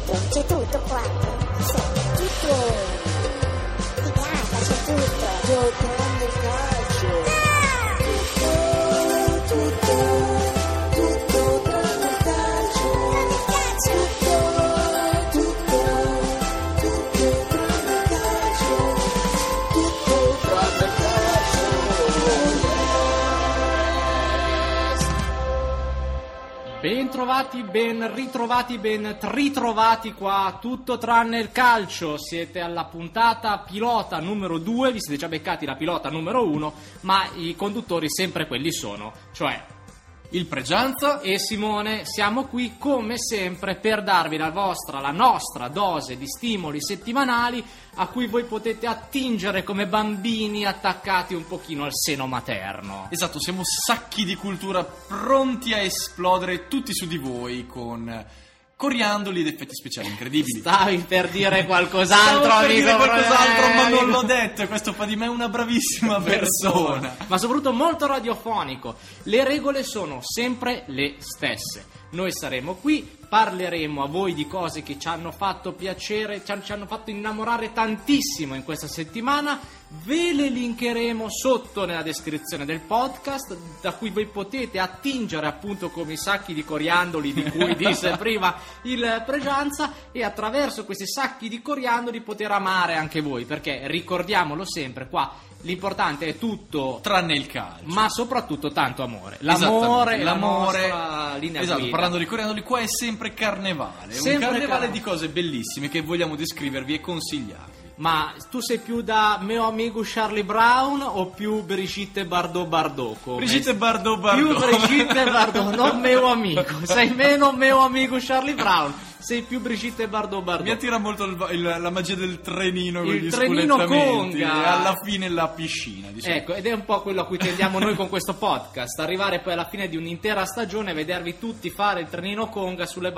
c'è tutto quanto. Tutto. Figata, c'è tutto. Tutto tranne il calcio. Ben trovati, ben ritrovati, ben ritrovati qua, tutto tranne il calcio. Siete alla puntata pilota numero 2, vi siete già beccati la pilota numero 1, ma i conduttori sempre quelli sono, cioè il Pregianza e Simone. Siamo qui come sempre per darvi la nostra dose di stimoli settimanali a cui voi potete attingere come bambini attaccati un pochino al seno materno. Esatto, siamo sacchi di cultura pronti a esplodere tutti su di voi con coriandoli ed effetti speciali incredibili. Stavi per dire qualcos'altro, amico, ma non l'ho detto, e questo fa di me una bravissima persona. Ma soprattutto molto radiofonico. Le regole sono sempre le stesse. Noi saremo qui, parleremo a voi di cose che ci hanno fatto piacere, ci hanno fatto innamorare tantissimo in questa settimana. Ve le linkeremo sotto nella descrizione del podcast, da cui voi potete attingere appunto come i sacchi di coriandoli di cui disse prima il Pregianza, e attraverso questi sacchi di coriandoli poter amare anche voi, perché ricordiamolo sempre qua, l'importante è tutto tranne il calcio, ma soprattutto tanto amore. L'amore è la nostra linea esatto, guida. parlando di coriandoli, qua è sempre carnevale, sempre un carnevale di cose bellissime che vogliamo descrivervi e consigliarvi. Ma tu sei più da mio amico Charlie Brown o più Brigitte Bardot? Brigitte Bardot. Più Brigitte Bardot, non mio amico. Sei meno mio amico Charlie Brown, sei più Brigitte Bardot. Mi attira molto la magia del trenino con il gli trenino sculettamenti conga. E alla fine la piscina, diciamo. Ecco, ed è un po' quello a cui tendiamo noi con questo podcast, arrivare poi alla fine di un'intera stagione e vedervi tutti fare il trenino conga sulle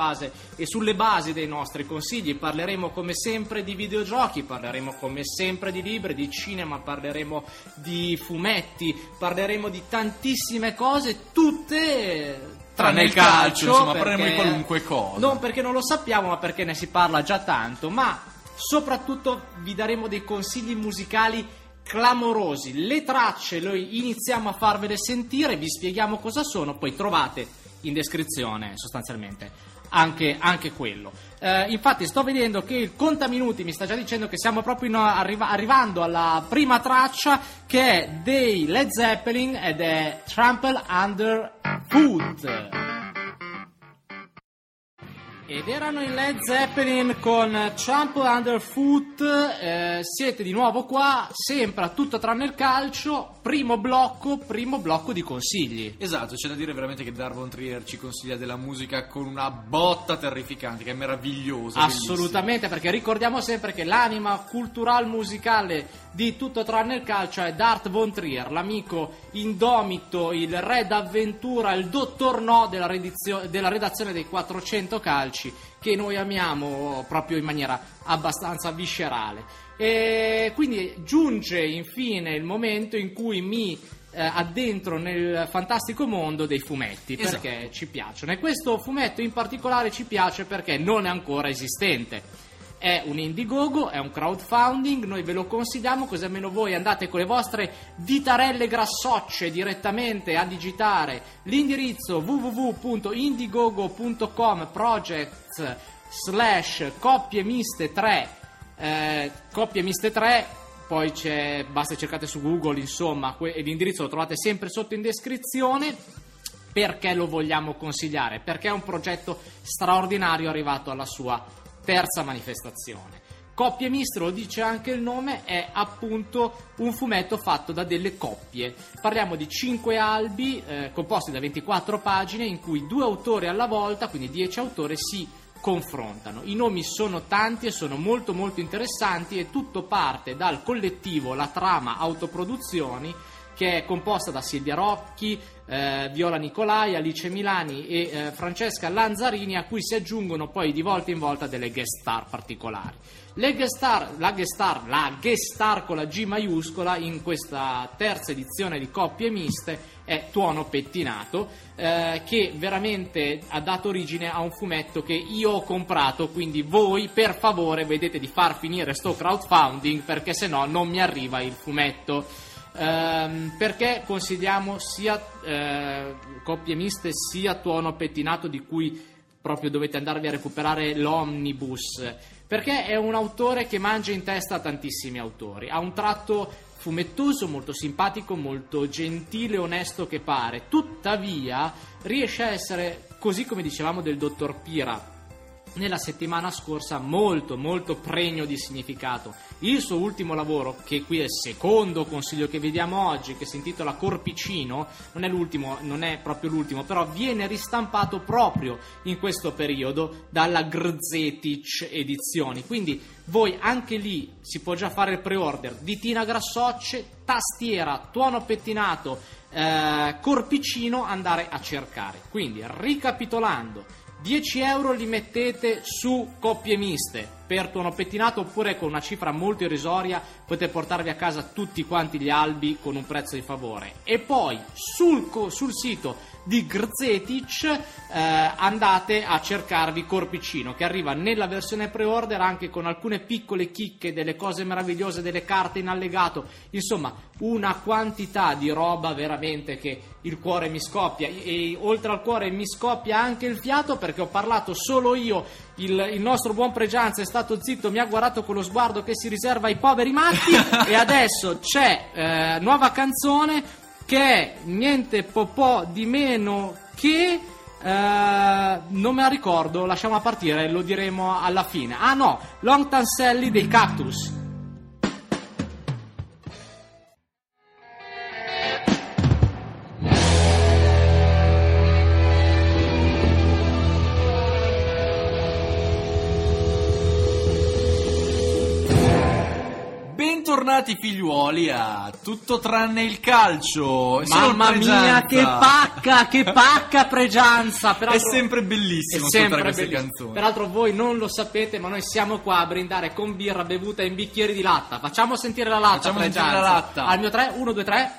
basi dei nostri consigli. Parleremo come sempre di videogiochi, parleremo come sempre di libri, di cinema, parleremo di fumetti, parleremo di tantissime cose, tutte tranne il calcio, insomma, perché, parleremo di qualunque cosa. Non perché non lo sappiamo, ma perché ne si parla già tanto, ma soprattutto vi daremo dei consigli musicali clamorosi. Le tracce noi iniziamo a farvele sentire, vi spieghiamo cosa sono, poi trovate in descrizione sostanzialmente anche quello. Infatti sto vedendo che il contaminuti mi sta già dicendo che stiamo proprio arrivando alla prima traccia, che è dei Led Zeppelin ed è Trample Underfoot. Ed erano i Led Zeppelin con Trample Underfoot. Siete di nuovo qua, sempre a tutto tranne il calcio. Primo blocco di consigli. Esatto, c'è da dire veramente che Lars von Trier ci consiglia della musica con una botta terrificante, che è meravigliosa. Assolutamente, bellissima. perché ricordiamo sempre che l'anima cultural musicale di tutto tranne il calcio è Lars von Trier, l'amico indomito, il re d'avventura, il dottor No della redazione dei 400 calci, che noi amiamo proprio in maniera abbastanza viscerale. E quindi giunge infine il momento in cui mi addentro nel fantastico mondo dei fumetti, perché esatto, ci piacciono, e questo fumetto in particolare ci piace perché non è ancora esistente. È un Indiegogo, è un crowdfunding, noi ve lo consigliamo, così almeno voi andate con le vostre ditarelle grassocce direttamente a digitare l'indirizzo www.indiegogo.com projects/coppiemiste3 coppie miste 3, poi basta cercate su Google, insomma, e l'indirizzo lo trovate sempre sotto in descrizione. Perché lo vogliamo consigliare? Perché è un progetto straordinario arrivato alla sua terza manifestazione. Coppie miste, lo dice anche il nome, è appunto un fumetto fatto da delle coppie. Parliamo di 5 albi composti da 24 pagine in cui 2 autori alla volta, quindi 10 autori, si confrontano. I nomi sono tanti e sono molto molto interessanti, e tutto parte dal collettivo La Trama Autoproduzioni, che è composta da Silvia Rocchi, Viola Nicolai, Alice Milani e Francesca Lanzarini, a cui si aggiungono poi di volta in volta delle guest star particolari. La guest star con la G maiuscola in questa terza edizione di Coppie Miste è Tuono Pettinato, che veramente ha dato origine a un fumetto che io ho comprato, quindi voi per favore vedete di far finire sto crowdfunding, perché se no non mi arriva il fumetto. Perché consigliamo sia Coppie Miste sia Tuono Pettinato, di cui proprio dovete andarvi a recuperare l'omnibus, perché è un autore che mangia in testa a tantissimi autori, ha un tratto fumettoso, molto simpatico, molto gentile, onesto che pare, tuttavia riesce a essere, così come dicevamo del dottor Pira nella settimana scorsa, molto molto pregno di significato. Il suo ultimo lavoro, che qui è il secondo consiglio che vediamo oggi, che si intitola Corpicino, non è l'ultimo, non è proprio l'ultimo, però viene ristampato proprio in questo periodo dalla Grzetic Edizioni, quindi voi anche lì si può già fare il pre-order di Tina Grassocce, tastiera, Tuono Pettinato, Corpicino, andare a cercare. Quindi ricapitolando, 10 euro li mettete su Coppie Miste per Tuono Pettinato, oppure con una cifra molto irrisoria potete portarvi a casa tutti quanti gli albi con un prezzo di favore. E poi sul sito di Grzetic andate a cercarvi Corpicino, che arriva nella versione pre-order anche con alcune piccole chicche, delle cose meravigliose, delle carte in allegato, insomma una quantità di roba veramente che il cuore mi scoppia, e oltre al cuore mi scoppia anche il fiato, perché ho parlato solo io, il nostro buon Pregianza è stato zitto, mi ha guardato con lo sguardo che si riserva ai poveri matti e adesso c'è nuova canzone che è niente po' di meno che non me la ricordo, lasciamo partire, lo diremo alla fine. Ah no, Long Tanselli dei Cactus. Bentornati figliuoli a Tutto tranne il calcio. Mamma mia, che pacca Pregianza. È sempre bellissimo ascoltare queste canzoni. Peraltro voi non lo sapete, ma noi siamo qua a brindare con birra bevuta in bicchieri di latta. Facciamo sentire la latta, Pregianza. Al mio 3, 1, 2, 3.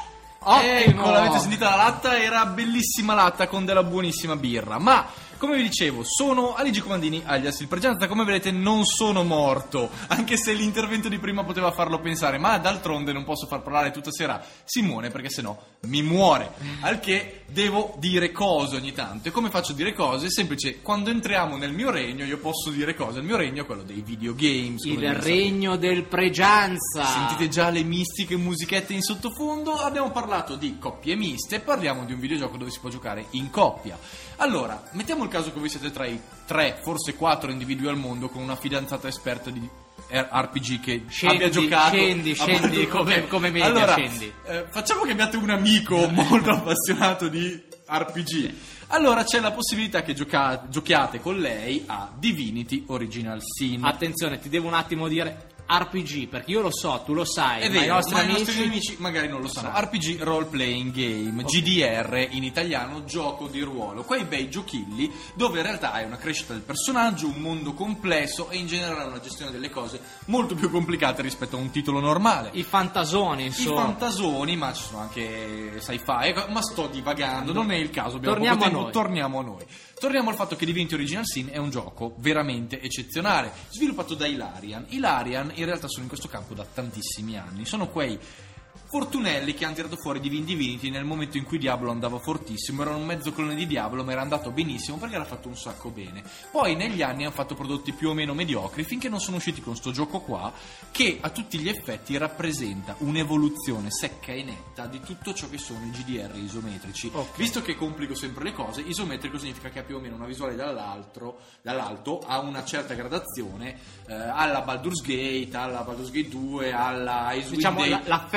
Ecco, l'avete sentita la latta? Era bellissima latta con della buonissima birra. Ma come vi dicevo, sono Aligi Comandini alias il Pregianza. Come vedete non sono morto, anche se l'intervento di prima poteva farlo pensare, ma d'altronde non posso far parlare tutta sera Simone, perché sennò mi muore. Al che devo dire cose ogni tanto. E come faccio a dire cose? È semplice, quando entriamo nel mio regno io posso dire cose. Il mio regno è quello dei videogames, il regno del Pregianza. Sentite già le mistiche musichette in sottofondo. Abbiamo parlato di Coppie Miste, parliamo di un videogioco dove si può giocare in coppia. Allora, mettiamo il caso che voi siete tra i 3, forse 4 individui al mondo con una fidanzata esperta di RPG che abbia giocato. Scendi come media, allora, scendi. Facciamo che abbiate un amico molto appassionato di RPG. Allora c'è la possibilità che giochiate con lei a Divinity Original Sin. Attenzione, ti devo un attimo dire RPG, perché io lo so, tu lo sai, è vero, ma i nostri amici magari non lo sanno. RPG Role Playing Game, okay. GDR in italiano, gioco di ruolo. Quei bei giochilli dove in realtà hai una crescita del personaggio, un mondo complesso e in generale una gestione delle cose molto più complicate rispetto a un titolo normale. I fantasoni, insomma. I fantasoni, ma ci sono anche sci-fi, ma sto divagando, non è il caso. Torniamo a noi. Torniamo al fatto che Divinity Original Sin è un gioco veramente eccezionale, sviluppato da Ilarian. Ilarian in realtà sono in questo campo da tantissimi anni, sono quei fortunelli che hanno tirato fuori Divinity nel momento in cui Diablo andava fortissimo. Era un mezzo clone di Diablo, ma era andato benissimo perché era fatto un sacco bene. Poi negli anni hanno fatto prodotti più o meno mediocri, finché non sono usciti con sto gioco qua, che a tutti gli effetti rappresenta un'evoluzione secca e netta di tutto ciò che sono i GDR isometrici. Okay. Visto che complico sempre le cose, isometrico significa che ha più o meno una visuale dall'alto, ha una certa gradazione, alla Baldur's Gate 2, alla Icewind diciamo Dale. la fetta di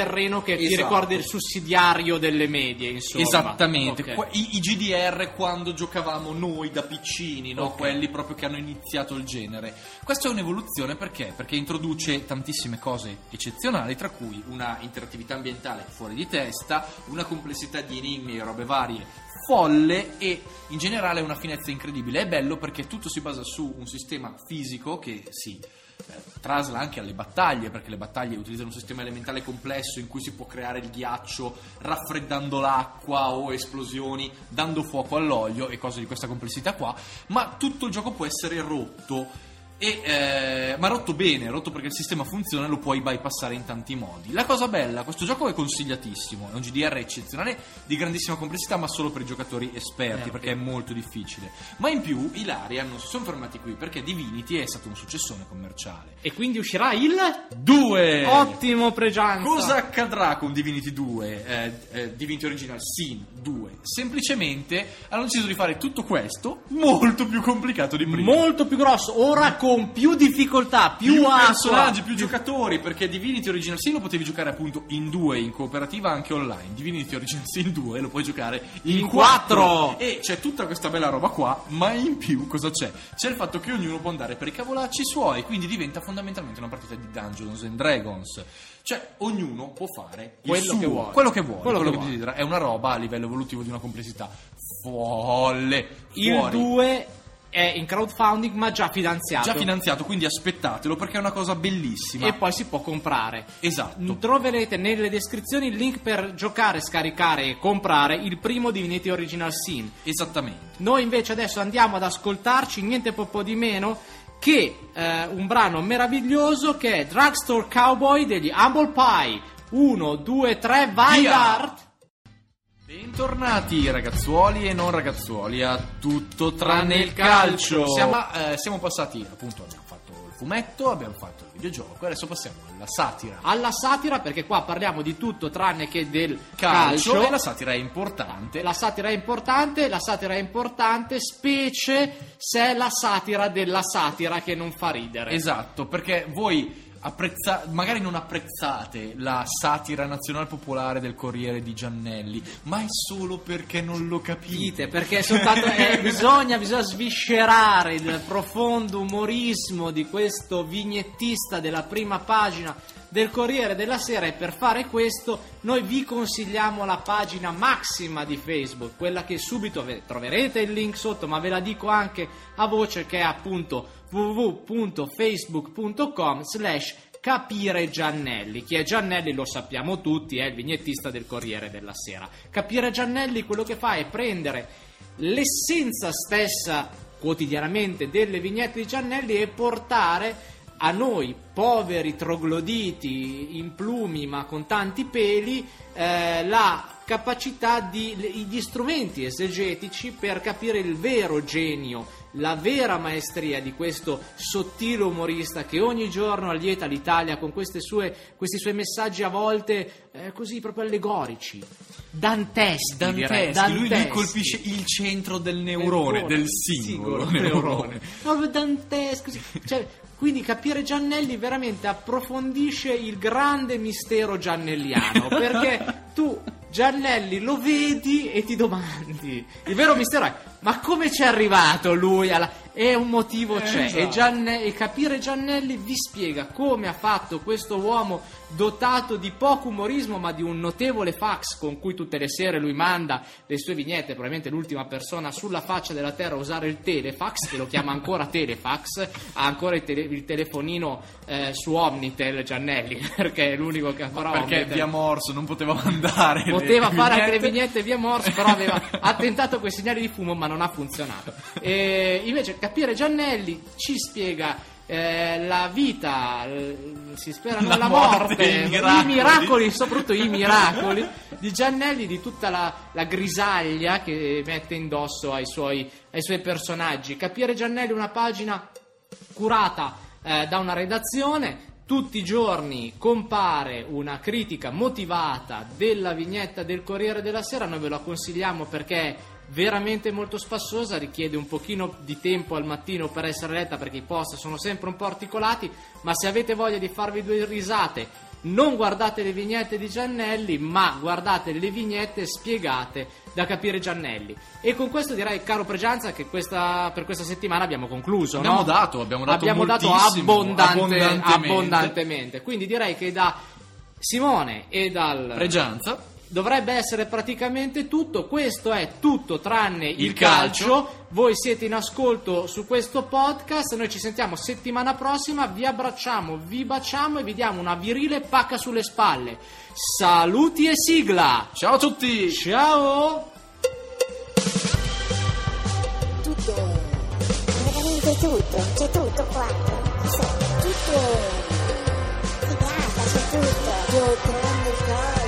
terreno che ti Esatto. ricordi il sussidiario delle medie, insomma. Esattamente, Ok. I GDR quando giocavamo noi da piccini, no? Ok. Quelli proprio che hanno iniziato il genere. Questa è un'evoluzione perché? Perché introduce tantissime cose eccezionali, tra cui una interattività ambientale fuori di testa, una complessità di enigmi e robe varie folle e in generale una finezza incredibile. È bello perché tutto si basa su un sistema fisico che si trasla anche alle battaglie, perché le battaglie utilizzano un sistema elementale complesso in cui si può creare il ghiaccio raffreddando l'acqua o esplosioni dando fuoco all'olio e cose di questa complessità qua, ma tutto il gioco può essere rotto ma rotto bene, rotto perché il sistema funziona e lo puoi bypassare in tanti modi. La cosa bella, questo gioco è consigliatissimo, è un GDR eccezionale di grandissima complessità ma solo per i giocatori esperti perché è molto difficile, ma in più i Larian non si sono fermati qui perché Divinity è stato un successone commerciale. E quindi uscirà il 2! ottimo Pregianza. Cosa accadrà con Divinity 2? Divinity Original Sin 2? Semplicemente hanno deciso di fare tutto questo molto più complicato di prima. Molto più grosso, ora con più difficoltà, più acqua, personaggi, più giocatori, perché Divinity Original Sin lo potevi giocare appunto in 2 in cooperativa anche online. Divinity Original Sin 2 lo puoi giocare in 4 e c'è tutta questa bella roba qua, ma in più cosa c'è? C'è il fatto che ognuno può andare per i cavolacci suoi, quindi diventa fondamentalmente una partita di Dungeons and Dragons. Cioè ognuno può fare Quello che vuole. quello che vuole, Quello quello che che vuole. desidera. È una roba a livello evolutivo di una complessità folle. Il Fuori. 2 è in crowdfunding ma già finanziato. Già finanziato, quindi aspettatelo perché è una cosa bellissima. E poi si può comprare. Esatto. Troverete nelle descrizioni il link per giocare, scaricare e comprare il primo Divinity Original Sin. Esattamente. Noi invece adesso andiamo ad ascoltarci niente po' di meno che un brano meraviglioso che è Drugstore Cowboy degli Humble Pie. 1, 2, 3, vai Via! Dart! Bentornati ragazzuoli e non ragazzuoli a tutto tranne il calcio. Siamo passati, appunto, abbiamo fatto il fumetto, abbiamo fatto il videogioco e adesso passiamo alla satira. Alla satira, perché qua parliamo di tutto tranne che del calcio. E la satira è importante. La satira è importante, specie se è la satira della satira che non fa ridere. Esatto, perché voi magari non apprezzate la satira nazional popolare del Corriere di Giannelli, ma è solo perché non lo capite. Perché soltanto bisogna sviscerare il profondo umorismo di questo vignettista della prima pagina del Corriere della Sera, e per fare questo noi vi consigliamo la pagina massima di Facebook, quella che subito troverete il link sotto, ma ve la dico anche a voce, che è appunto www.facebook.com/Capire Giannelli. Chi è Giannelli lo sappiamo tutti, è il vignettista del Corriere della Sera. Capire Giannelli quello che fa è prendere l'essenza stessa quotidianamente delle vignette di Giannelli e portare a noi poveri trogloditi in plumi ma con tanti peli la capacità gli strumenti esegetici per capire il vero genio, la vera maestria di questo sottile umorista che ogni giorno allieta l'Italia con questi suoi messaggi a volte così proprio allegorici, danteschi. Lui colpisce il centro del neurone, del singolo neurone. Proprio dantesco. Cioè, quindi Capire Giannelli veramente approfondisce il grande mistero giannelliano, perché tu Giannelli lo vedi e ti domandi, il vero mistero è: ma come c'è arrivato lui e un motivo c'è, esatto. e Capire Giannelli vi spiega come ha fatto questo uomo dotato di poco umorismo ma di un notevole fax con cui tutte le sere lui manda le sue vignette, probabilmente l'ultima persona sulla faccia della terra a usare il telefax, che lo chiama ancora telefax, ha ancora il telefonino su Omnitel Giannelli, perché è l'unico che ancora ha perché Omnitel. via Morse non poteva mandare Poteva fare anche le vignette via Morse, però ha tentato quei segnali di fumo ma non ha funzionato. E invece Capire Giannelli ci spiega la vita, si spera non la morte, i miracoli, soprattutto i miracoli di Giannelli, di tutta la grisaglia che mette indosso ai suoi personaggi. Capire Giannelli è una pagina curata da una redazione. Tutti i giorni compare una critica motivata della vignetta del Corriere della Sera. Noi ve la consigliamo perché è veramente molto spassosa, richiede un pochino di tempo al mattino per essere letta perché i post sono sempre un po' articolati, ma se avete voglia di farvi due risate non guardate le vignette di Giannelli, ma guardate le vignette spiegate da capire Giannelli. E con questo direi, caro Pregianza, che per questa settimana abbiamo concluso. Abbiamo dato moltissimo, abbondantemente. Quindi direi che da Simone e dal Pregianza dovrebbe essere praticamente tutto. Questo è tutto tranne il calcio. Voi siete in ascolto su questo podcast. Noi ci sentiamo settimana prossima. Vi abbracciamo, vi baciamo e vi diamo una virile pacca sulle spalle. Saluti e sigla. Ciao a tutti. Ciao. Tutto, veramente tutto, c'è tutto qua. Tutto, figata, c'è tutto. Giocando il calcio.